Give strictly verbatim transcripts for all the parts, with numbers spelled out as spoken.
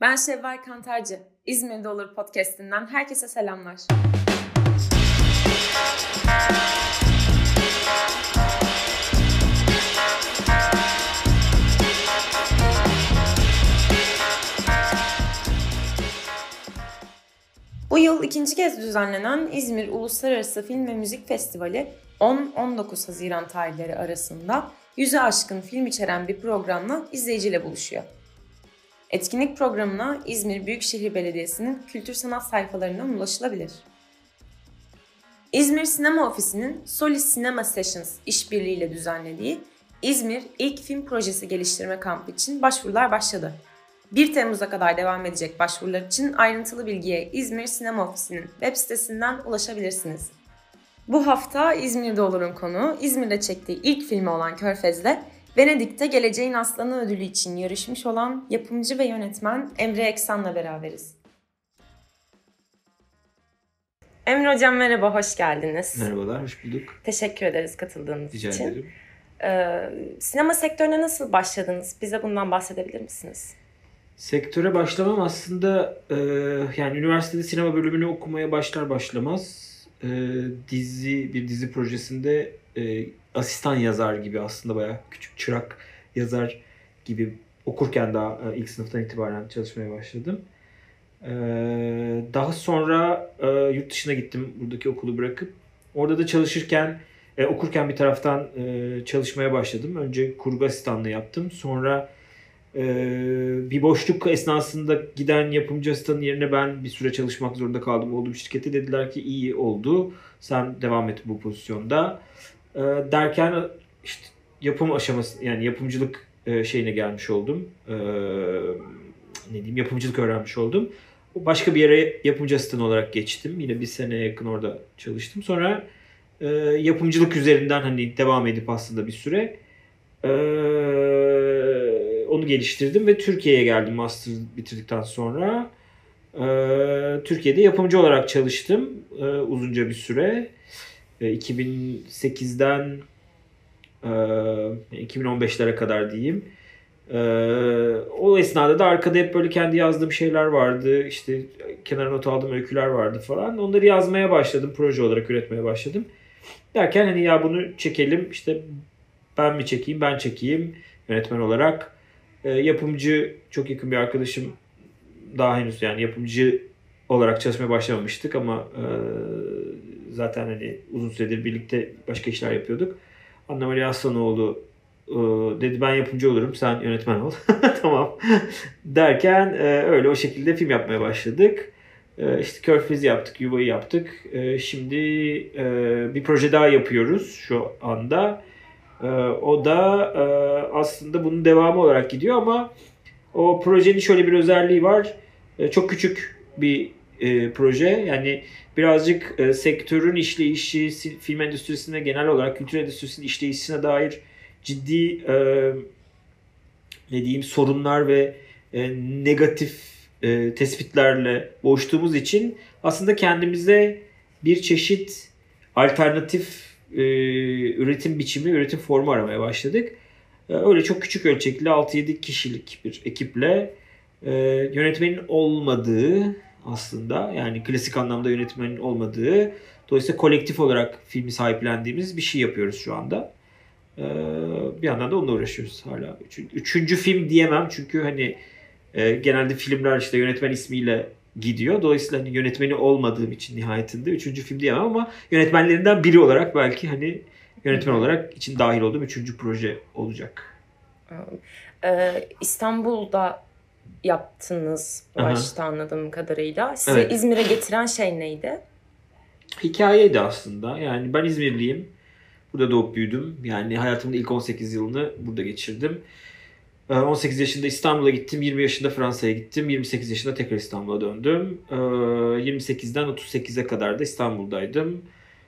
Ben Şevval Kantarcı. İzmir'de Olur Podcast'inden herkese selamlar. Bu yıl ikinci kez düzenlenen İzmir Uluslararası Film ve Müzik Festivali on on dokuz Haziran tarihleri arasında yüze aşkın film içeren bir programla izleyiciyle buluşuyor. Etkinlik programına İzmir Büyükşehir Belediyesi'nin kültür sanat sayfalarından ulaşılabilir. İzmir Sinema Ofisi'nin Solis Cinema Sessions işbirliğiyle düzenlediği İzmir İlk Film Projesi Geliştirme Kampı için başvurular başladı. bir Temmuz'a kadar devam edecek başvurular için ayrıntılı bilgiye İzmir Sinema Ofisi'nin web sitesinden ulaşabilirsiniz. Bu hafta İzmir'de Olur'un konuğu İzmir'de çektiği ilk filmi olan Körfez'le Venedik'te Geleceğin Aslanı ödülü için yarışmış olan yapımcı ve yönetmen Emre Eksan'la beraberiz. Emre Hocam merhaba, hoş geldiniz. Merhabalar, hoş bulduk. Teşekkür ederiz katıldığınız Rica için. ederim. Ee, sinema sektörüne nasıl başladınız? Bize bundan bahsedebilir misiniz? Sektöre başlamam aslında e, yani üniversitede sinema bölümünü okumaya başlar başlamaz e, dizi bir dizi projesinde e, asistan yazar gibi aslında bayağı küçük çırak yazar gibi okurken daha e, ilk sınıftan itibaren çalışmaya başladım. E, daha sonra e, yurt dışına gittim buradaki okulu bırakıp. Orada da çalışırken e, okurken bir taraftan e, çalışmaya başladım. Önce kurgu asistanlığı yaptım. Sonra Ee, bir boşluk esnasında giden yapımcı asistanın yerine ben bir süre çalışmak zorunda kaldım. Olduğum şirkete dediler ki iyi oldu, sen devam et bu pozisyonda. Ee, derken işte yapım aşaması, yani yapımcılık e, şeyine gelmiş oldum. Ee, ne diyeyim, yapımcılık öğrenmiş oldum. Başka bir yere yapımcı asistanı olarak geçtim. Yine bir seneye yakın orada çalıştım. Sonra e, yapımcılık üzerinden hani devam edip aslında bir süre Ee, onu geliştirdim ve Türkiye'ye geldim master bitirdikten sonra. Ee, Türkiye'de yapımcı olarak çalıştım ee, uzunca bir süre. Ee, iki bin sekizden e, iki bin on beşlere kadar diyeyim. Ee, o esnada da arkada hep böyle kendi yazdığım şeyler vardı. İşte kenara not aldığım öyküler vardı falan. Onları yazmaya başladım, proje olarak üretmeye başladım. Derken hani ya bunu çekelim, işte ben mi çekeyim, ben çekeyim yönetmen olarak. E, yapımcı çok yakın bir arkadaşım, daha henüz yani yapımcı olarak çalışmaya başlamamıştık ama e, zaten hani uzun süredir birlikte başka işler yapıyorduk. Anna Maria Aslanoğlu e, dedi ben yapımcı olurum, sen yönetmen ol. Tamam derken e, öyle o şekilde film yapmaya başladık. E, işte Körfez'i yaptık, Yuva'yı yaptık. E, şimdi e, bir proje daha yapıyoruz şu anda. O da aslında bunun devamı olarak gidiyor ama o projenin şöyle bir özelliği var. Çok küçük bir proje. Yani birazcık sektörün işleyişi, film endüstrisine, genel olarak kültür endüstrisinin işleyişine dair ciddi ne diyeyim sorunlar ve negatif tespitlerle boğuştuğumuz için aslında kendimize bir çeşit alternatif Ee, üretim biçimi, üretim formu aramaya başladık. Ee, öyle çok küçük ölçekli altı yedi kişilik bir ekiple e, yönetmenin olmadığı aslında, yani klasik anlamda yönetmenin olmadığı, dolayısıyla kolektif olarak filmi sahiplendiğimiz bir şey yapıyoruz şu anda. Ee, bir yandan da onunla uğraşıyoruz hala. Üçüncü, üçüncü film diyemem çünkü hani e, genelde filmler işte yönetmen ismiyle gidiyor. Dolayısıyla hani yönetmeni olmadığım için nihayetinde üçüncü film diyemem ama yönetmenlerinden biri olarak belki hani yönetmen olarak için dahil olduğum üçüncü proje olacak. Ee, İstanbul'da yaptınız başta anladığım kadarıyla. Sizi evet. İzmir'e getiren şey neydi? Hikayeydi aslında. Yani ben İzmirliyim. Burada doğup büyüdüm. Yani hayatımın ilk on sekiz yılını burada geçirdim. on sekiz yaşında İstanbul'a gittim, yirmi yaşında Fransa'ya gittim, yirmi sekiz yaşında tekrar İstanbul'a döndüm. yirmi sekizden otuz sekize kadar da İstanbul'daydım.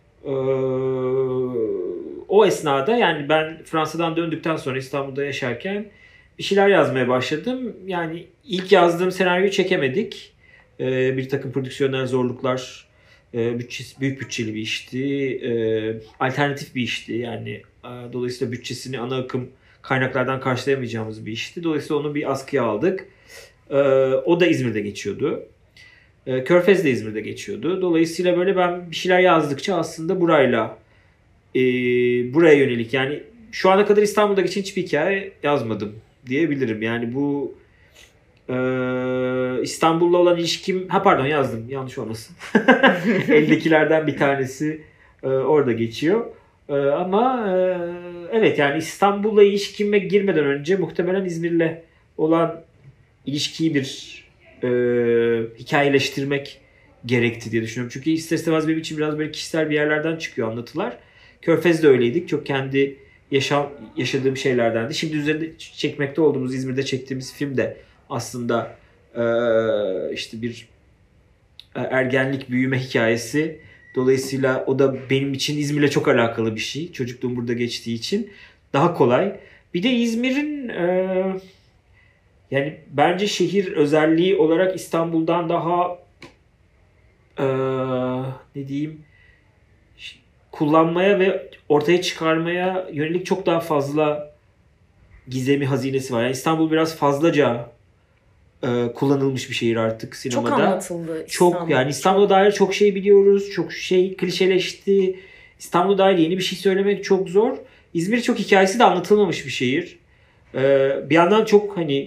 O esnada yani ben Fransa'dan döndükten sonra İstanbul'da yaşarken bir şeyler yazmaya başladım. Yani ilk yazdığım senaryoyu çekemedik. Bir takım prodüksiyonel zorluklar, bütçesi, büyük bütçeli bir işti, alternatif bir işti. Yani dolayısıyla bütçesini ana akım kaynaklardan karşılayamayacağımız bir işti. Dolayısıyla onu bir askıya aldık. Ee, o da İzmir'de geçiyordu. Ee, Körfez de İzmir'de geçiyordu. Dolayısıyla böyle ben bir şeyler yazdıkça aslında burayla e, buraya yönelik, yani şu ana kadar İstanbul'da geçen hiçbir hikaye yazmadım diyebilirim. Yani bu e, İstanbul'la olan ilişkim, ha pardon yazdım, yanlış olmasın. Eldekilerden bir tanesi e, orada geçiyor. E, ama e, evet, yani İstanbul'la ilişkime girmeden önce muhtemelen İzmir'le olan ilişkiyi bir e, hikayeleştirmek gerekti diye düşünüyorum. Çünkü ister istemez benim için biraz böyle kişisel bir yerlerden çıkıyor anlatılar. Körfez'de öyleydik. Çok kendi yaşam yaşadığım şeylerdendi. Şimdi üzerinde çekmekte olduğumuz, İzmir'de çektiğimiz film de aslında e, işte bir e, ergenlik büyüme hikayesi. Dolayısıyla o da benim için İzmir'le çok alakalı bir şey. Çocukluğum burada geçtiği için daha kolay. Bir de İzmir'in e, yani bence şehir özelliği olarak İstanbul'dan daha e, ne diyeyim, kullanmaya ve ortaya çıkarmaya yönelik çok daha fazla gizemi, hazinesi var. Yani İstanbul biraz fazlaca e, kullanılmış bir şehir artık sinemada. Çok anlatıldı İstanbul. Çok, yani İstanbul'a dair çok şey biliyoruz. Çok şey klişeleşti. İstanbul'a dair yeni bir şey söylemek çok zor. İzmir çok hikayesi de anlatılmamış bir şehir. E, bir yandan çok hani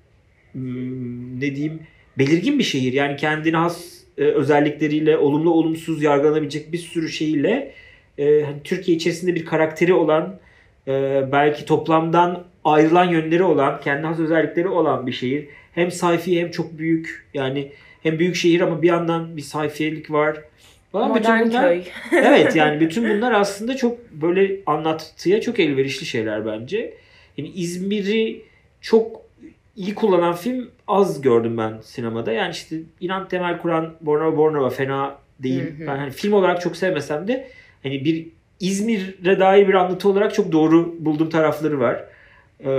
ne diyeyim, belirgin bir şehir. Yani kendine has e, özellikleriyle, olumlu olumsuz yargılanabilecek bir sürü şeyle e, hani Türkiye içerisinde bir karakteri olan, e, belki toplamdan ayrılan yönleri olan, kendi has özellikleri olan bir şehir. Hem sayfi hem çok büyük. Yani hem büyük şehir ama bir yandan bir sayfiyelik var. Falan. Modern bütün bunlar, köy. evet, yani bütün bunlar aslında çok böyle anlatıya çok elverişli şeyler bence. Yani İzmir'i çok iyi kullanan film az gördüm ben sinemada. Yani işte İnan Temel Kur'an, Bornova Bornova fena değil. Hı hı. Ben hani film olarak çok sevmesem de hani bir İzmir'e dair bir anlatı olarak çok doğru bulduğum tarafları var. Ee,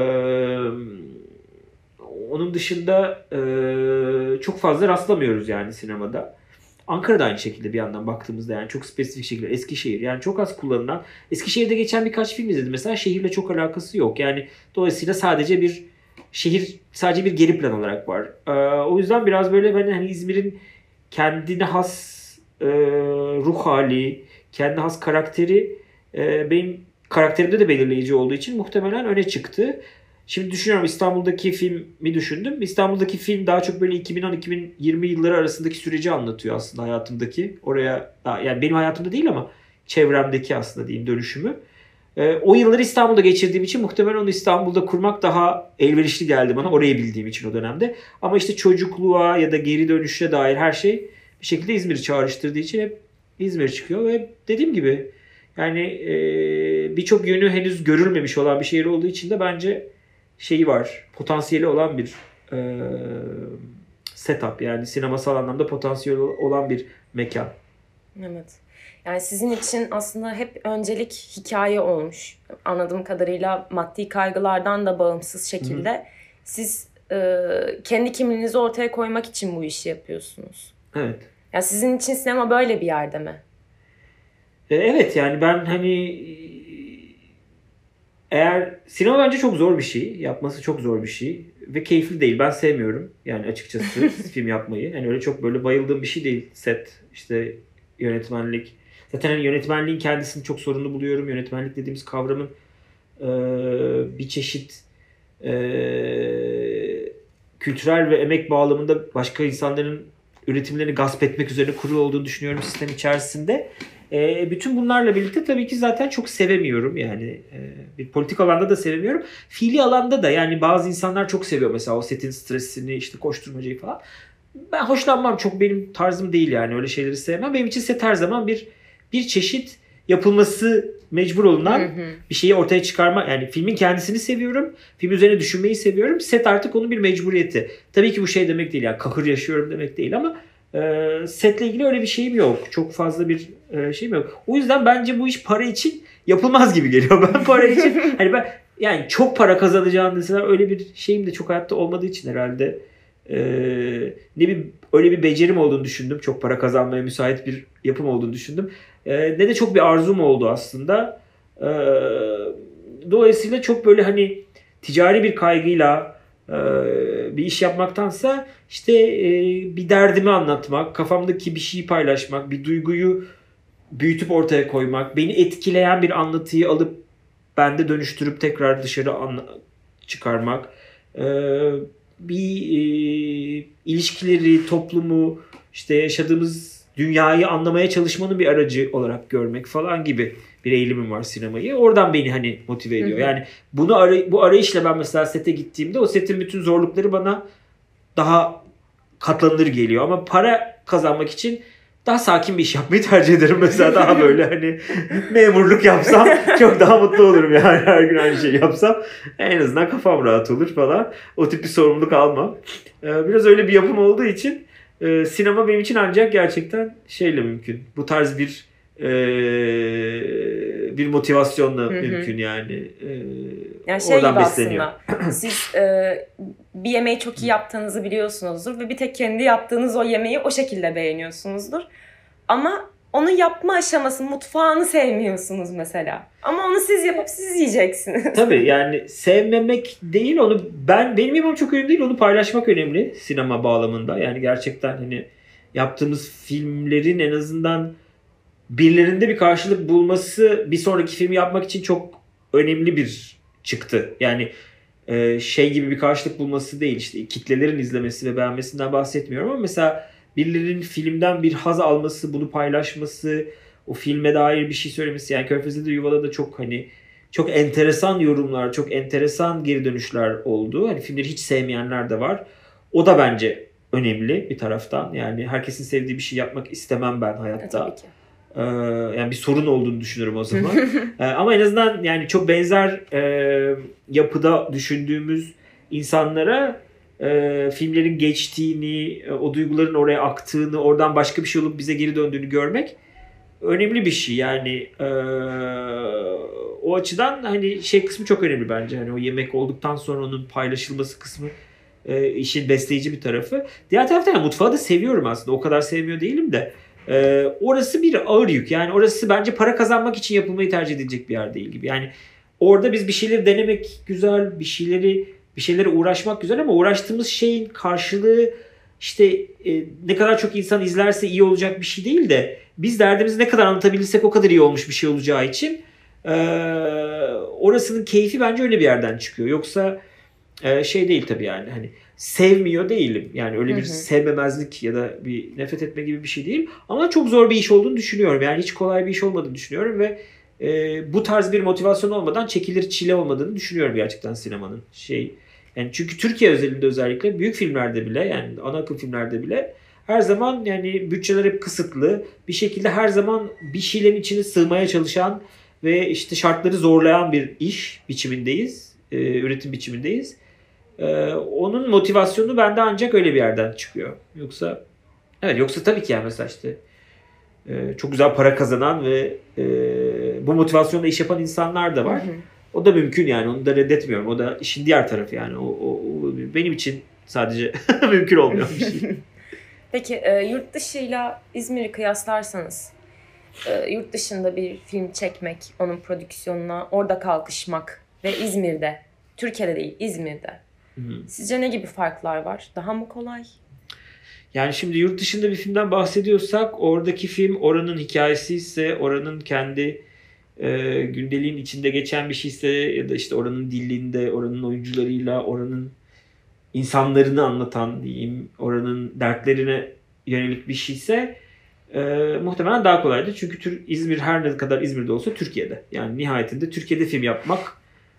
onun dışında e, çok fazla rastlamıyoruz yani sinemada. Ankara'da aynı şekilde bir yandan baktığımızda, yani çok spesifik şekilde Eskişehir, yani çok az kullanılan. Eskişehir'de geçen birkaç film izledim mesela, şehirle çok alakası yok. Yani dolayısıyla sadece bir şehir, sadece bir geri plan olarak var. Ee, o yüzden biraz böyle ben hani İzmir'in kendine has e, ruh hali, kendine has karakteri e, benim karakterimde de belirleyici olduğu için muhtemelen öne çıktı. Şimdi düşünüyorum, İstanbul'daki filmi düşündüm. İstanbul'daki film daha çok böyle iki bin on iki bin yirmi yılları arasındaki süreci anlatıyor aslında hayatımdaki. Oraya, yani benim hayatımda değil ama çevremdeki aslında diyeyim dönüşümü. E, o yılları İstanbul'da geçirdiğim için muhtemelen onu İstanbul'da kurmak daha elverişli geldi bana. Orayı bildiğim için o dönemde. Ama işte çocukluğa ya da geri dönüşe dair her şey bir şekilde İzmir'i çağrıştırdığı için hep İzmir çıkıyor. Ve dediğim gibi yani e, birçok yönü henüz görülmemiş olan bir şehir olduğu için de bence şeyi var, potansiyeli olan bir e, setup, yani sinemasal anlamda potansiyeli olan bir mekan. Evet. Yani sizin için aslında hep öncelik hikaye olmuş. Anladığım kadarıyla maddi kaygılardan da bağımsız şekilde. Hı-hı. Siz e, kendi kimliğinizi ortaya koymak için bu işi yapıyorsunuz. Evet. Yani sizin için sinema böyle bir yerde mi? E, evet, yani ben hani eğer sinema bence çok zor bir şey. Yapması çok zor bir şey. Ve keyifli değil. Ben sevmiyorum. Yani açıkçası film yapmayı. Yani öyle çok böyle bayıldığım bir şey değil. Set, işte yönetmenlik. Zaten hani yönetmenliğin kendisini çok sorunlu buluyorum. Yönetmenlik dediğimiz kavramın e, bir çeşit e, kültürel ve emek bağlamında başka insanların üretimlerini gasp etmek üzerine kurulu olduğunu düşünüyorum sistem içerisinde. E, bütün bunlarla birlikte tabii ki zaten çok sevemiyorum. Yani e, bir politik alanda da sevemiyorum. Fiili alanda da, yani bazı insanlar çok seviyor mesela o setin stresini, işte koşturmacayı falan. Ben hoşlanmam, çok benim tarzım değil yani, öyle şeyleri sevmem. Benim için set her zaman bir bir çeşit yapılması mecbur olunan hı hı. bir şeyi ortaya çıkarma. Yani filmin kendisini seviyorum. Film üzerine düşünmeyi seviyorum. Set artık onun bir mecburiyeti. Tabii ki bu şey demek değil, yani kahır yaşıyorum demek değil ama e, setle ilgili öyle bir şeyim yok. Çok fazla bir e, şeyim yok. O yüzden bence bu iş para için yapılmaz gibi geliyor. Ben para için hani ben yani çok para kazanacağım mesela, öyle bir şeyim de çok hayatta olmadığı için herhalde e, ne bir öyle bir becerim olduğunu düşündüm. Çok para kazanmaya müsait bir yapım olduğunu düşündüm. E, ne de çok bir arzum oldu aslında. E, dolayısıyla çok böyle hani ticari bir kaygıyla bir iş yapmaktansa işte bir derdimi anlatmak, kafamdaki bir şeyi paylaşmak, bir duyguyu büyütüp ortaya koymak, beni etkileyen bir anlatıyı alıp bende dönüştürüp tekrar dışarı çıkarmak, bir ilişkileri, toplumu, işte yaşadığımız dünyayı anlamaya çalışmanın bir aracı olarak görmek falan gibi bir eğilimim var sinemayı. Oradan beni hani motive ediyor. Hı hı. Yani bunu aray- bu arayışla ben mesela sete gittiğimde o setin bütün zorlukları bana daha katlanılır geliyor. Ama para kazanmak için daha sakin bir iş yapmayı tercih ederim. Mesela daha böyle hani memurluk yapsam çok daha mutlu olurum yani, her gün aynı şeyi yapsam. En azından kafam rahat olur falan. O tip bir sorumluluk almam. Biraz öyle bir yapım olduğu için sinema benim için ancak gerçekten şeyle mümkün. Bu tarz bir bir motivasyonla, hı hı, mümkün yani. Yani şey gibi aslında, siz e, bir yemeği çok iyi yaptığınızı biliyorsunuzdur ve bir tek kendi yaptığınız o yemeği o şekilde beğeniyorsunuzdur. Ama onu yapma aşaması, mutfağını sevmiyorsunuz mesela. Ama onu siz yapıp siz yiyeceksiniz. Tabii yani sevmemek değil, onu ben benim yapmam çok önemli değil, onu paylaşmak önemli sinema bağlamında. Yani gerçekten hani yaptığımız filmlerin en azından birilerinde bir karşılık bulması bir sonraki filmi yapmak için çok önemli bir çıktı. Yani e, şey gibi bir karşılık bulması değil, işte kitlelerin izlemesi ve beğenmesinden bahsetmiyorum ama mesela birilerinin filmden bir haz alması, bunu paylaşması, o filme dair bir şey söylemesi. Yani Körfez'de de Yuva'da da çok hani çok enteresan yorumlar, çok enteresan geri dönüşler oldu. Hani filmleri hiç sevmeyenler de var. O da bence önemli bir taraftan. Yani herkesin sevdiği bir şey yapmak istemem ben hayatta. E, tabii ki. Yani bir sorun olduğunu düşünüyorum o zaman. Ama en azından yani çok benzer e, yapıda düşündüğümüz insanlara e, filmlerin geçtiğini, e, o duyguların oraya aktığını, oradan başka bir şey olup bize geri döndüğünü görmek önemli bir şey. Yani e, o açıdan hani şey kısmı çok önemli bence. Hani o yemek olduktan sonra onun paylaşılması kısmı e, işin besleyici bir tarafı. Diğer taraftan yani mutfağı da seviyorum aslında. O kadar sevmiyor değilim de. Ee, orası bir ağır yük. Yani orası bence para kazanmak için yapılmayı tercih edilecek bir yer değil gibi. Yani orada biz bir şeyleri denemek güzel, bir şeyleri bir şeylere uğraşmak güzel ama uğraştığımız şeyin karşılığı işte e, ne kadar çok insan izlerse iyi olacak bir şey değil de biz derdimizi ne kadar anlatabilirsek o kadar iyi olmuş bir şey olacağı için e, orasının keyfi bence öyle bir yerden çıkıyor. Yoksa e, şey değil tabii yani hani sevmiyor değilim. Yani öyle bir, hı hı, sevmemezlik ya da bir nefret etme gibi bir şey değil. Ama çok zor bir iş olduğunu düşünüyorum. Yani hiç kolay bir iş olmadığını düşünüyorum ve e, bu tarz bir motivasyon olmadan çekilir çile olmadığını düşünüyorum gerçekten sinemanın. Şey yani çünkü Türkiye özelinde özellikle büyük filmlerde bile, yani ana akım filmlerde bile her zaman yani bütçeler hep kısıtlı. Bir şekilde her zaman bir şeylerin içine sığmaya çalışan ve işte şartları zorlayan bir iş biçimindeyiz. E, üretim biçimindeyiz. Ee, onun motivasyonu bende ancak öyle bir yerden çıkıyor. Yoksa evet yoksa tabii ki yani mesela işte e, çok güzel para kazanan ve e, bu motivasyonla iş yapan insanlar da var. Hı hı. O da mümkün yani, onu da reddetmiyorum. O da işin diğer tarafı yani. O, o, o benim için sadece mümkün olmuyor bir şey. Peki e, yurt dışıyla İzmir'i kıyaslarsanız e, yurt dışında bir film çekmek, onun prodüksiyonuna orada kalkışmak ve İzmir'de, Türkiye'de değil İzmir'de. Sizce ne gibi farklar var? Daha mı kolay? Yani şimdi yurt dışında bir filmden bahsediyorsak oradaki film oranın hikayesi ise, oranın kendi e, gündeliğin içinde geçen bir şeyse ya da işte oranın dilinde, oranın oyuncularıyla, oranın insanlarını anlatan diyeyim, oranın dertlerine yönelik bir şeyse e, muhtemelen daha kolaydır. Çünkü tür, İzmir her ne kadar İzmir'de olsa Türkiye'de. Yani nihayetinde Türkiye'de film yapmak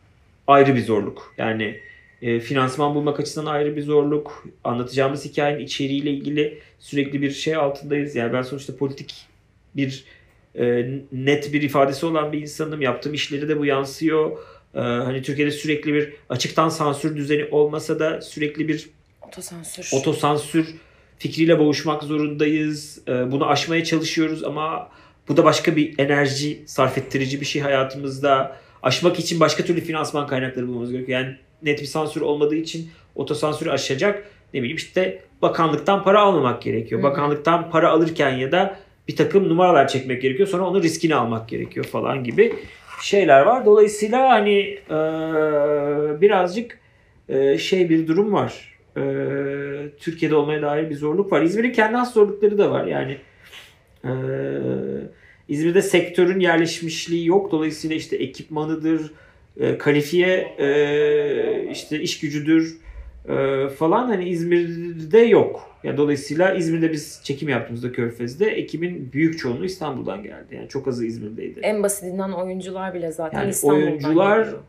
ayrı bir zorluk. Yani E, finansman bulmak açısından ayrı bir zorluk. Anlatacağımız hikayenin içeriğiyle ilgili sürekli bir şey altındayız. Yani ben sonuçta politik bir e, net bir ifadesi olan bir insanım. Yaptığım işleri de bu yansıyor. E, hani Türkiye'de sürekli bir açıktan sansür düzeni olmasa da sürekli bir otosansür, otosansür fikriyle boğuşmak zorundayız. E, bunu aşmaya çalışıyoruz ama bu da başka bir enerji sarf ettirici bir şey hayatımızda. Aşmak için başka türlü finansman kaynakları bulmamız gerekiyor. Yani net bir sansür olmadığı için otosansürü aşacak, ne bileyim işte bakanlıktan para almamak gerekiyor. Hı hı. Bakanlıktan para alırken ya da bir takım numaralar çekmek gerekiyor. Sonra onun riskini almak gerekiyor falan gibi şeyler var. Dolayısıyla hani e, birazcık e, şey bir durum var. E, Türkiye'de olmaya dair bir zorluk var. İzmir'in kendi has zorlukları da var. Yani e, İzmir'de sektörün yerleşmişliği yok. Dolayısıyla işte ekipmanıdır, e, kalifiye e, işte iş gücüdür e, falan hani İzmir'de yok. Yani dolayısıyla İzmir'de biz çekim yaptığımızda Körfez'de ekibin büyük çoğunluğu İstanbul'dan geldi. Yani çok azı İzmir'deydi. En basitinden oyuncular bile zaten Yani İstanbul'dan oyuncular geliyor.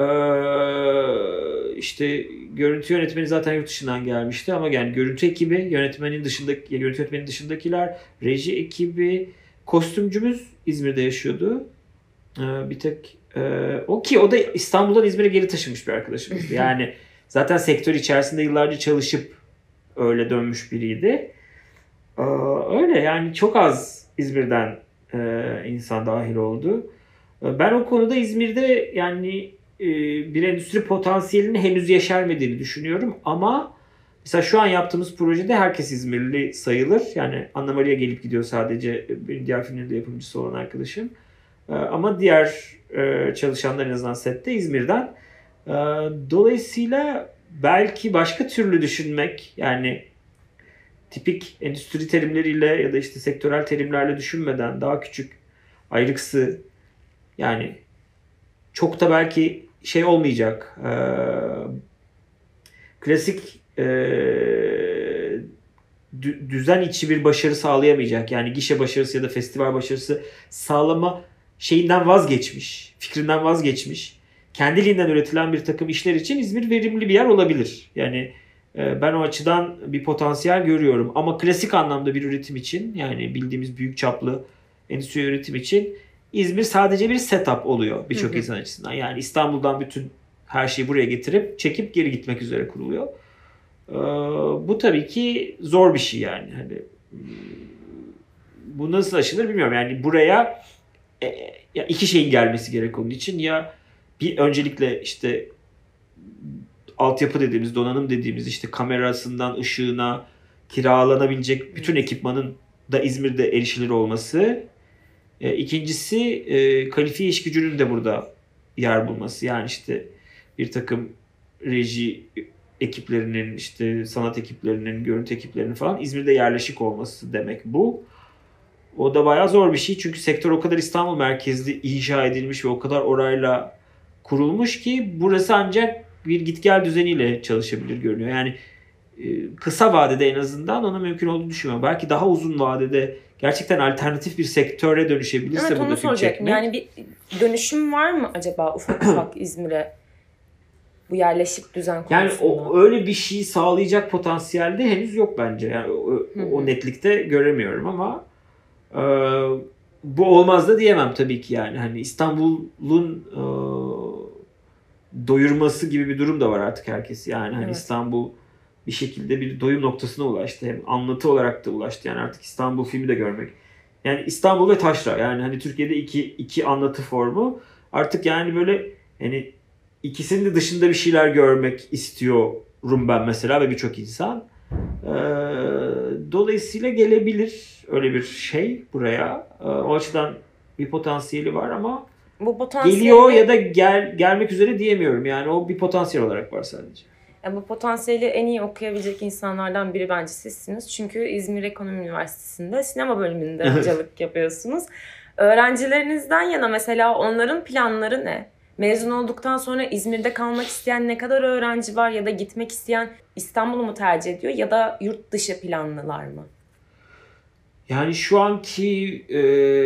Ee, işte görüntü yönetmeni zaten yurt dışından gelmişti ama yani görüntü ekibi, yönetmenin dışındaki görüntü yönetmenin dışındakiler, reji ekibi, kostümcümüz İzmir'de yaşıyordu. Ee, bir tek e, o ki o da İstanbul'dan İzmir'e geri taşınmış bir arkadaşımızdı. Yani zaten sektör içerisinde yıllarca çalışıp öyle dönmüş biriydi. Ee, öyle yani çok az İzmir'den e, insan dahil oldu. Ben o konuda İzmir'de yani e, bir endüstri potansiyelinin henüz yeşermediğini düşünüyorum ama mesela şu an yaptığımız projede herkes İzmirli sayılır. Yani Anna Maria gelip gidiyor sadece benim diğer filmlerin de yapımcısı olan arkadaşım. E, ama diğer e, çalışanlar en azından sette İzmir'den. E, dolayısıyla belki başka türlü düşünmek yani tipik endüstri terimleriyle ya da işte sektörel terimlerle düşünmeden daha küçük ayrıksı yani çok da belki şey olmayacak. E, klasik e, dü- düzen içi bir başarı sağlayamayacak. Yani gişe başarısı ya da festival başarısı sağlama şeyinden vazgeçmiş. Fikrinden vazgeçmiş. Kendiliğinden üretilen bir takım işler için İzmir verimli bir yer olabilir. Yani e, ben o açıdan bir potansiyel görüyorum. Ama klasik anlamda bir üretim için yani bildiğimiz büyük çaplı endüstri üretim için İzmir sadece bir setup oluyor birçok insan açısından. Yani İstanbul'dan bütün her şeyi buraya getirip çekip geri gitmek üzere kuruluyor. Ee, bu tabii ki zor bir şey yani. Hani bu nasıl aşılır bilmiyorum. Yani buraya e, ya iki şeyin gelmesi gerek onun için. Ya bir öncelikle işte altyapı dediğimiz, donanım dediğimiz işte kamerasından ışığına kiralanabilecek bütün ekipmanın da İzmir'de erişilir olması. E, ikincisi e, kalifiye iş gücünün de burada yer bulması. Yani işte bir takım reji ekiplerinin, işte sanat ekiplerinin, görüntü ekiplerinin falan İzmir'de yerleşik olması demek bu. O da bayağı zor bir şey çünkü sektör o kadar İstanbul merkezli inşa edilmiş ve o kadar orayla kurulmuş ki burası ancak bir git gel düzeniyle çalışabilir görünüyor. Yani e, kısa vadede en azından ona mümkün olduğunu düşünmüyorum. Belki daha uzun vadede gerçekten alternatif bir sektöre dönüşebilirse evet, burada onu film soracaktım. çekmek. Yani bir dönüşüm var mı acaba ufak ufak İzmir'e bu yerleşik düzen konusunda? Yani o, öyle bir şey sağlayacak potansiyelde henüz yok bence. Yani o, o netlikte göremiyorum ama e, bu olmaz da diyemem tabii ki yani. Hani İstanbul'un e, doyurması gibi bir durum da var artık herkes. Yani hani evet. İstanbul bir şekilde bir doyum noktasına ulaştı. Hem anlatı olarak da ulaştı. Yani artık İstanbul filmi de görmek. Yani İstanbul ve taşra. Yani hani Türkiye'de iki iki anlatı formu. Artık yani böyle hani ikisinin de dışında bir şeyler görmek istiyorum ben mesela ve birçok insan. Ee, dolayısıyla gelebilir öyle bir şey buraya. Ee, o açıdan bir potansiyeli var ama bu potansiyeli... geliyor ya da gel gelmek üzere diyemiyorum. Yani o bir potansiyel olarak var sadece. Yani bu potansiyeli en iyi okuyabilecek insanlardan biri bence sizsiniz. Çünkü İzmir Ekonomi Üniversitesi'nde sinema bölümünde hocalık yapıyorsunuz. Öğrencilerinizden yana mesela onların planları ne? Mezun olduktan sonra İzmir'de kalmak isteyen ne kadar öğrenci var ya da gitmek isteyen İstanbul'u mu tercih ediyor ya da yurt dışı planlılar mı? Yani şu anki e,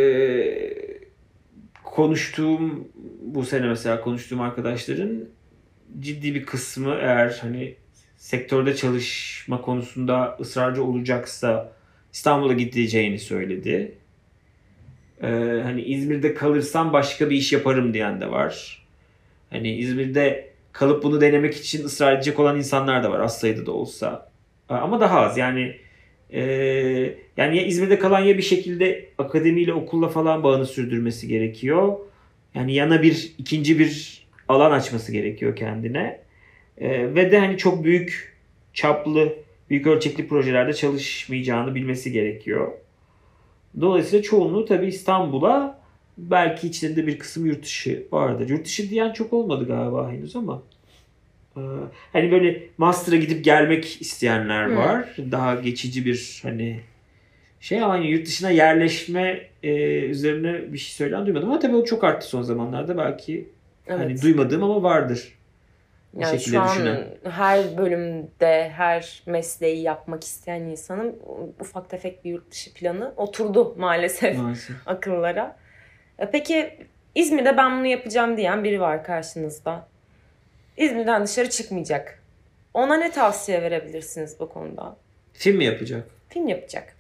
konuştuğum bu sene mesela konuştuğum arkadaşların ciddi bir kısmı eğer hani sektörde çalışma konusunda ısrarcı olacaksa İstanbul'a gideceğini söyledi. Ee, hani İzmir'de kalırsam başka bir iş yaparım diyen de var. Hani İzmir'de kalıp bunu denemek için ısrar edecek olan insanlar da var az sayıda da olsa. Ama daha az yani e, yani ya İzmir'de kalan ya bir şekilde akademiyle okulla falan bağını sürdürmesi gerekiyor. Yani yana bir ikinci bir alan açması gerekiyor kendine. Ee, ve de hani çok büyük çaplı, büyük ölçekli projelerde çalışmayacağını bilmesi gerekiyor. Dolayısıyla çoğunluğu tabii İstanbul'a, belki içlerinde bir kısım yurt dışı vardır. Yurt dışı diyen çok olmadı galiba henüz ama. Ee, hani böyle master'a gidip gelmek isteyenler Hmm. var. Daha geçici bir hani şey ama yurt dışına yerleşme e, üzerine bir şey söyleyen duymadım. Ama tabii o çok arttı son zamanlarda. Belki Evet. hani duymadığım ama vardır. O Yani şekilde şu an düşünen. her bölümde her mesleği yapmak isteyen insanın ufak tefek bir yurt dışı planı oturdu maalesef, Maalesef. akıllara. E Peki İzmir'de ben bunu yapacağım diyen biri var karşınızda. İzmir'den dışarı çıkmayacak. Ona ne tavsiye verebilirsiniz bu konuda? Film mi yapacak? Film yapacak.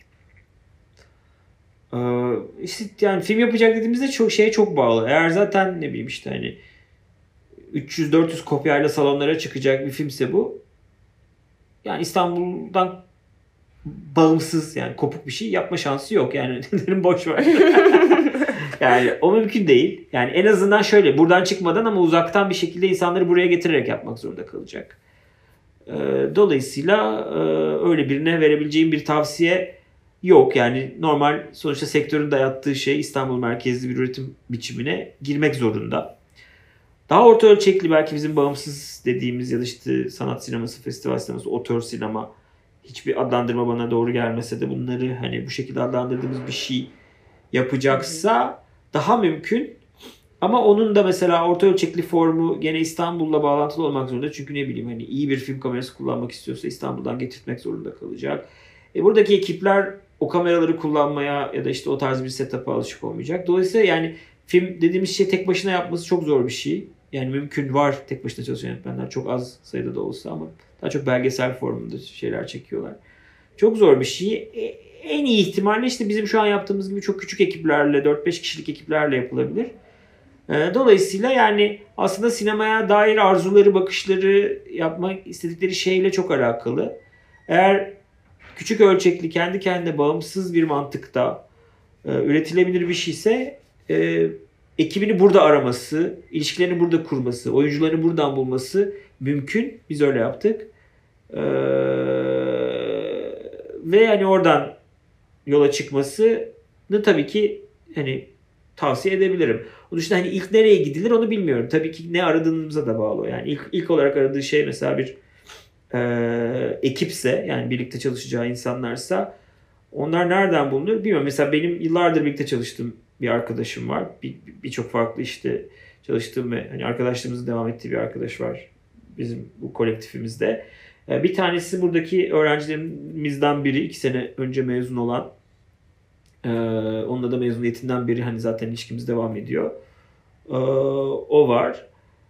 Ee, işte yani film yapacak dediğimizde çok şeye çok bağlı. Eğer zaten ne bileyim işte hani üç yüz dört yüz kopyayla salonlara çıkacak bir filmse bu. Yani İstanbul'dan bağımsız yani kopuk bir şey yapma şansı yok. Yani dedim boş ver. Yani o mümkün değil. Yani en azından şöyle buradan çıkmadan ama uzaktan bir şekilde insanları buraya getirerek yapmak zorunda kalacak. Ee, dolayısıyla e, öyle birine verebileceğim bir tavsiye yok. Yani normal sonuçta sektörün dayattığı şey İstanbul merkezli bir üretim biçimine girmek zorunda. Daha orta ölçekli belki bizim bağımsız dediğimiz ya da işte sanat sineması, festival sineması, otör sinema hiçbir adlandırma bana doğru gelmese de bunları hani bu şekilde adlandırdığımız bir şey yapacaksa daha mümkün. Ama onun da mesela orta ölçekli formu gene İstanbul'la bağlantılı olmak zorunda. Çünkü ne bileyim hani iyi bir film kamerası kullanmak istiyorsa İstanbul'dan getirtmek zorunda kalacak. E buradaki ekipler o kameraları kullanmaya ya da işte o tarz bir setup'a alışık olmayacak. Dolayısıyla yani film dediğimiz şey tek başına yapması çok zor bir şey. Yani mümkün var tek başına çalışan yönetmenler çok az sayıda da olsa ama daha çok belgesel formunda şeyler çekiyorlar. Çok zor bir şey. E, en iyi ihtimalle işte bizim şu an yaptığımız gibi çok küçük ekiplerle, dört beş kişilik ekiplerle yapılabilir. Dolayısıyla yani aslında sinemaya dair arzuları, bakışları, yapmak istedikleri şeyle çok alakalı. Eğer küçük ölçekli, kendi kendine bağımsız bir mantıkta e, üretilebilir bir şeyse e, ekibini burada araması, ilişkilerini burada kurması, oyuncularını buradan bulması mümkün. Biz öyle yaptık. E, ve yani oradan yola çıkmasını tabii ki hani tavsiye edebilirim. Onun dışında hani ilk nereye gidilir onu bilmiyorum. Tabii ki ne aradığımıza da bağlı. Yani ilk ilk olarak aradığı şey mesela bir e, ekipse yani birlikte çalışacağı insanlarsa onlar nereden bulunur bilmiyorum. Mesela benim yıllardır birlikte çalıştığım bir arkadaşım var. Birçok bir farklı işte çalıştığım ve hani arkadaşlığımızın devam ettiği bir arkadaş var bizim bu kolektifimizde. Bir tanesi buradaki öğrencilerimizden biri iki sene önce mezun olan. Ee, onunla da mezuniyetinden beri hani zaten ilişkimiz devam ediyor. Ee, o var.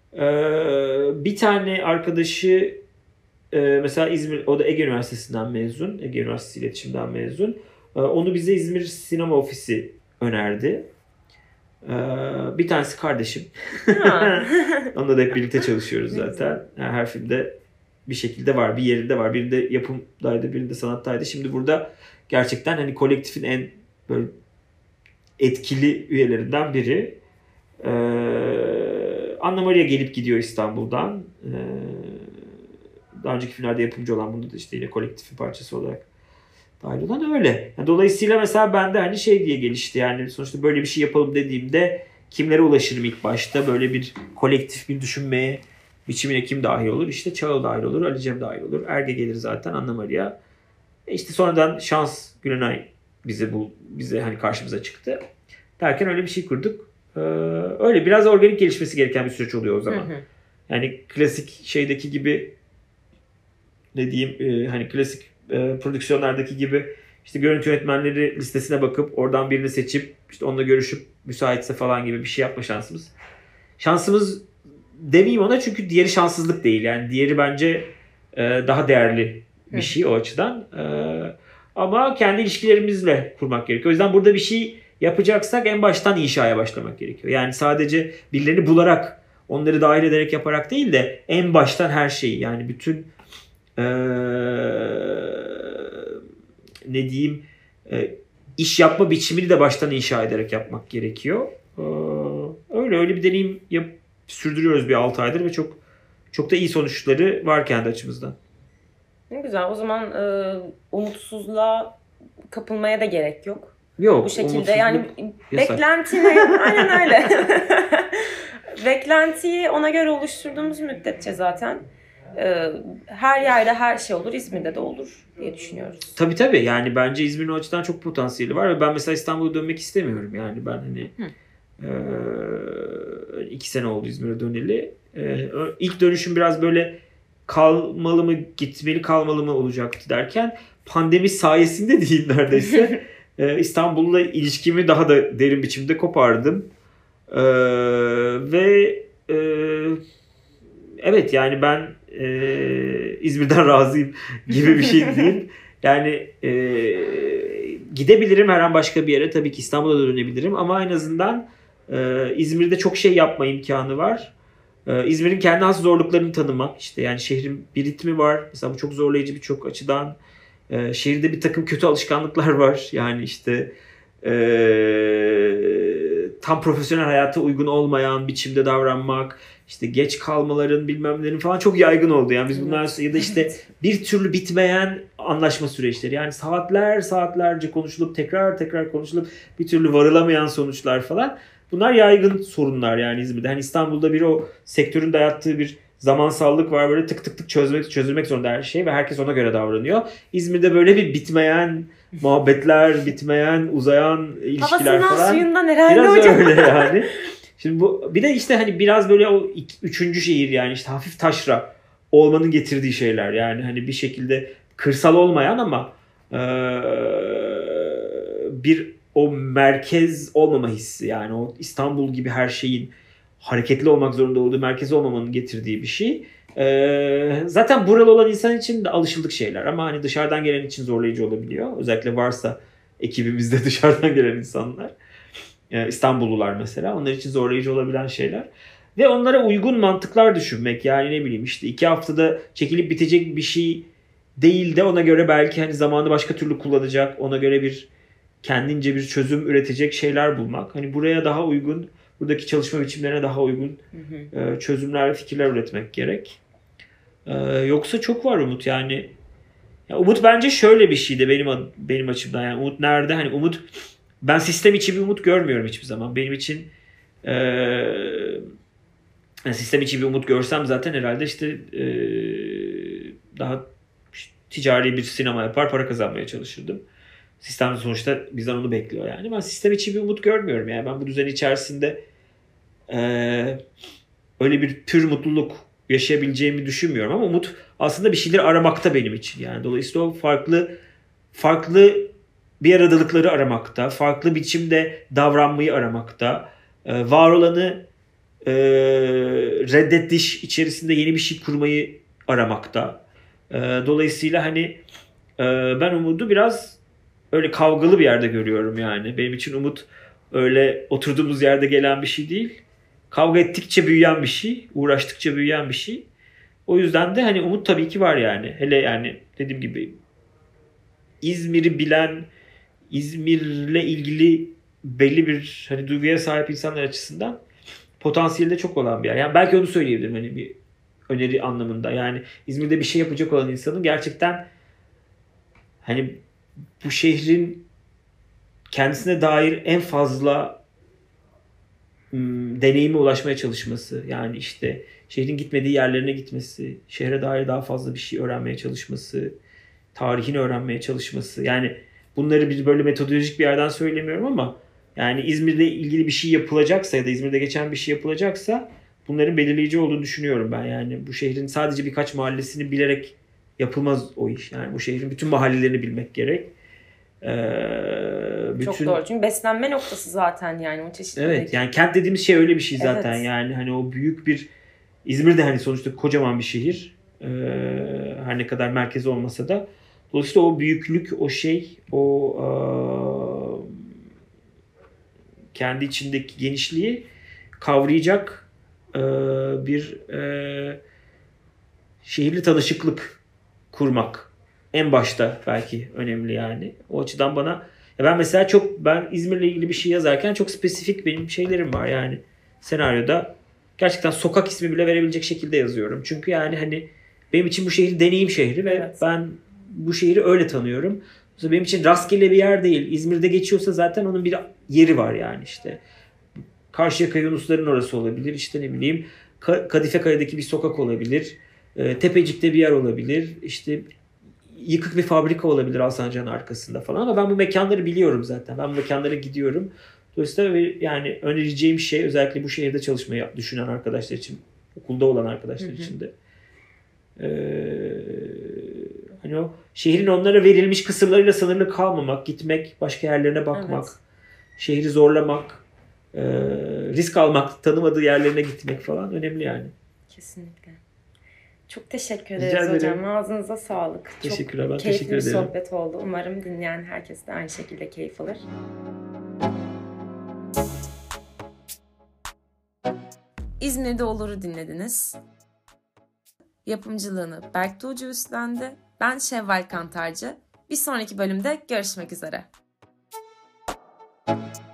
Ee, bir tane arkadaşı e, mesela İzmir, o da Ege Üniversitesi'nden mezun. Ege Üniversitesi İletişim'den mezun. Ee, onu bize İzmir Sinema Ofisi önerdi. Ee, bir tanesi kardeşim. Onunla da hep birlikte çalışıyoruz zaten. Yani her filmde bir şekilde var. Bir yerinde var. Birinde yapımdaydı, birinde sanattaydı. Şimdi burada gerçekten hani kolektifin en böyle etkili üyelerinden biri. Ee, Anna Maria gelip gidiyor İstanbul'dan. Ee, daha önceki filmlerde yapımcı olan, bunda da işte yine kolektifin parçası olarak dahil olan öyle. Yani dolayısıyla mesela ben de hani şey diye gelişti yani sonuçta böyle bir şey yapalım dediğimde kimlere ulaşırım ilk başta? Böyle bir kolektif bir düşünmeye biçimine kim dahil olur? İşte Çağıl dahil olur, Ali Cem dahil olur. Erge gelir zaten, Anna Maria. E işte sonradan Şans Gülenay bize bu bize hani karşımıza çıktı. Derken öyle bir şey kurduk. Ee, öyle biraz organik gelişmesi gereken bir süreç oluyor o zaman. Hı hı. Yani klasik şeydeki gibi ne diyeyim e, hani klasik e, prodüksiyonlardaki gibi işte görüntü yönetmenleri listesine bakıp oradan birini seçip işte onunla görüşüp müsaitse falan gibi bir şey yapma şansımız. Şansımız demeyeyim ona çünkü diğeri şanssızlık değil. Yani diğeri bence e, daha değerli bir şey o açıdan. E, ama kendi ilişkilerimizle kurmak gerekiyor. O yüzden burada bir şey yapacaksak en baştan inşaya başlamak gerekiyor. Yani sadece birilerini bularak, onları dahil ederek yaparak değil de en baştan her şeyi yani bütün e, ne diyeyim e, iş yapma biçimini de baştan inşa ederek yapmak gerekiyor. E, öyle öyle bir deneyim yap, sürdürüyoruz bir altı aydır ve çok çok da iyi sonuçları var kendi açımızdan. Ne güzel. O zaman e, umutsuzluğa kapılmaya da gerek yok. Yok. Bu şekilde yani yasak. Beklentini aynen öyle. Beklentiyi ona göre oluşturduğumuz müddetçe zaten Ee, her yerde her şey olur, İzmir'de de olur diye düşünüyoruz. Tabii tabii, yani bence İzmir'in o açıdan çok potansiyeli var ve ben mesela İstanbul'a dönmek istemiyorum. Yani ben hani e, iki sene oldu İzmir'e döneli. E, ilk dönüşüm biraz böyle kalmalı mı, gitmeli kalmalı mı olacaktı derken pandemi sayesinde değil neredeyse e, İstanbul'la ilişkimi daha da derin biçimde kopardım. E, ve e, evet yani ben e, İzmir'den razıyım gibi bir şey değil. Yani e, gidebilirim her an başka bir yere. Tabii ki İstanbul'a da dönebilirim ama en azından e, İzmir'de çok şey yapma imkanı var. E, İzmir'in kendi has zorluklarını tanımak. İşte yani şehrin bir ritmi var. Mesela bu çok zorlayıcı birçok açıdan. E, şehirde bir takım kötü alışkanlıklar var. Yani işte e, tam profesyonel hayata uygun olmayan biçimde davranmak. İşte geç kalmaların bilmem nelerin falan çok yaygın oldu. Yani biz bunlar ya da işte bir türlü bitmeyen anlaşma süreçleri. Yani saatler saatlerce konuşulup tekrar tekrar konuşulup bir türlü varılamayan sonuçlar falan. Bunlar yaygın sorunlar yani İzmir'de. Hani İstanbul'da bir o sektörün dayattığı bir zamansallık var. Böyle tık tık tık çözmek, çözülmek zorunda her şey ve herkes ona göre davranıyor. İzmir'de böyle bir bitmeyen muhabbetler, bitmeyen, uzayan ilişkiler Havasından, falan. Havasından suyundan herhalde biraz hocam. Biraz öyle yani. Şimdi bu bir de işte hani biraz böyle o iki, üçüncü şehir yani işte hafif taşra olmanın getirdiği şeyler. Yani hani bir şekilde kırsal olmayan ama e, bir o merkez olmama hissi, yani o İstanbul gibi her şeyin hareketli olmak zorunda olduğu merkez olmamanın getirdiği bir şey. Ee, zaten buralı olan insan için de alışıldık şeyler ama hani dışarıdan gelen için zorlayıcı olabiliyor. Özellikle varsa ekibimizde dışarıdan gelen insanlar. Ee, İstanbullular mesela. Onlar için zorlayıcı olabilen şeyler. Ve onlara uygun mantıklar düşünmek. Yani ne bileyim işte iki haftada çekilip bitecek bir şey değil de ona göre belki hani zamanı başka türlü kullanacak. Ona göre bir kendince bir çözüm üretecek şeyler bulmak. Hani buraya daha uygun, buradaki çalışma biçimlerine daha uygun hı hı. çözümler ve fikirler üretmek gerek. Ee, yoksa çok var Umut yani. Ya Umut bence şöyle bir şey de benim benim açımdan. Yani Umut nerede? Hani Umut, ben sistem içi bir umut görmüyorum hiçbir zaman. Benim için e, yani sistem içi bir umut görsem zaten herhalde işte e, daha ticari bir sinema yapar, para kazanmaya çalışırdım. Sistem sonuçta bizden onu bekliyor yani. Ben sistem içi bir umut görmüyorum yani. Ben bu düzen içerisinde e, öyle bir pür mutluluk yaşayabileceğimi düşünmüyorum ama umut aslında bir şeyler aramakta benim için. Yani dolayısıyla o farklı farklı bir aradalıkları aramakta, farklı biçimde davranmayı aramakta, e, var olanı e, reddediş içerisinde yeni bir şey kurmayı aramakta. E, dolayısıyla hani e, ben umudu biraz öyle kavgalı bir yerde görüyorum yani. Benim için umut öyle oturduğumuz yerde gelen bir şey değil. Kavga ettikçe büyüyen bir şey, uğraştıkça büyüyen bir şey. O yüzden de hani umut tabii ki var yani. Hele yani dediğim gibi İzmir'i bilen, İzmir'le ilgili belli bir hani duyguya sahip insanlar açısından potansiyeli de çok olan bir yer. Yani belki onu söyleyebilirim hani bir öneri anlamında. Yani İzmir'de bir şey yapacak olan insanın gerçekten hani bu şehrin kendisine dair en fazla ım, deneyime ulaşmaya çalışması. Yani işte şehrin gitmediği yerlerine gitmesi, şehre dair daha fazla bir şey öğrenmeye çalışması, tarihini öğrenmeye çalışması. Yani bunları bir böyle metodolojik bir yerden söylemiyorum ama yani İzmir'le ilgili bir şey yapılacaksa ya da İzmir'de geçen bir şey yapılacaksa bunların belirleyici olduğunu düşünüyorum ben. Yani bu şehrin sadece birkaç mahallesini bilerek yapılmaz o iş. Yani bu şehrin bütün mahallelerini bilmek gerek. Ee, bütün... Çok doğru. Çünkü beslenme noktası zaten yani o çeşitlilik. Evet yani kent dediğimiz şey öyle bir şey zaten. Evet. Yani hani o büyük bir İzmir'de hani sonuçta kocaman bir şehir. Ee, her ne kadar merkezi olmasa da. Dolayısıyla o büyüklük, o şey, o e, kendi içindeki genişliği kavrayacak e, bir e, şehirli tanışıklık kurmak. En başta belki önemli yani. O açıdan bana ya ben mesela çok ben İzmir'le ilgili bir şey yazarken çok spesifik benim şeylerim var yani. Senaryoda gerçekten sokak ismi bile verebilecek şekilde yazıyorum. Çünkü yani hani benim için bu şehir deneyim şehri ve evet. Ben bu şehri öyle tanıyorum. Benim için rastgele bir yer değil. İzmir'de geçiyorsa zaten onun bir yeri var yani işte. Karşıyaka Yunusların orası olabilir. İşte ne bileyim Kadifekale'deki bir sokak olabilir. E, Tepecik'te bir yer olabilir. İşte yıkık bir fabrika olabilir Alsancak'ın arkasında falan. Ama ben bu mekanları biliyorum zaten. Ben bu mekanlara gidiyorum. Dolayısıyla yani önereceğim şey, özellikle bu şehirde çalışmayı düşünen arkadaşlar için, okulda olan arkadaşlar hı hı. için de Ee, hani o şehrin onlara verilmiş kısımlarıyla sınırlı kalmamak, gitmek, başka yerlerine bakmak, evet. şehri zorlamak, e, risk almak, tanımadığı yerlerine gitmek falan önemli yani. Kesinlikle. Çok teşekkür ederiz hocam. Ağzınıza sağlık. Teşekkürler. Çok ben keyifli teşekkür bir ederim. sohbet oldu. Umarım dinleyen herkes de aynı şekilde keyif alır. İzmir'de Olur'u dinlediniz. Yapımcılığını Berk Tuğcu üstlendi. Ben Şevval Kantarcı. Bir sonraki bölümde görüşmek üzere.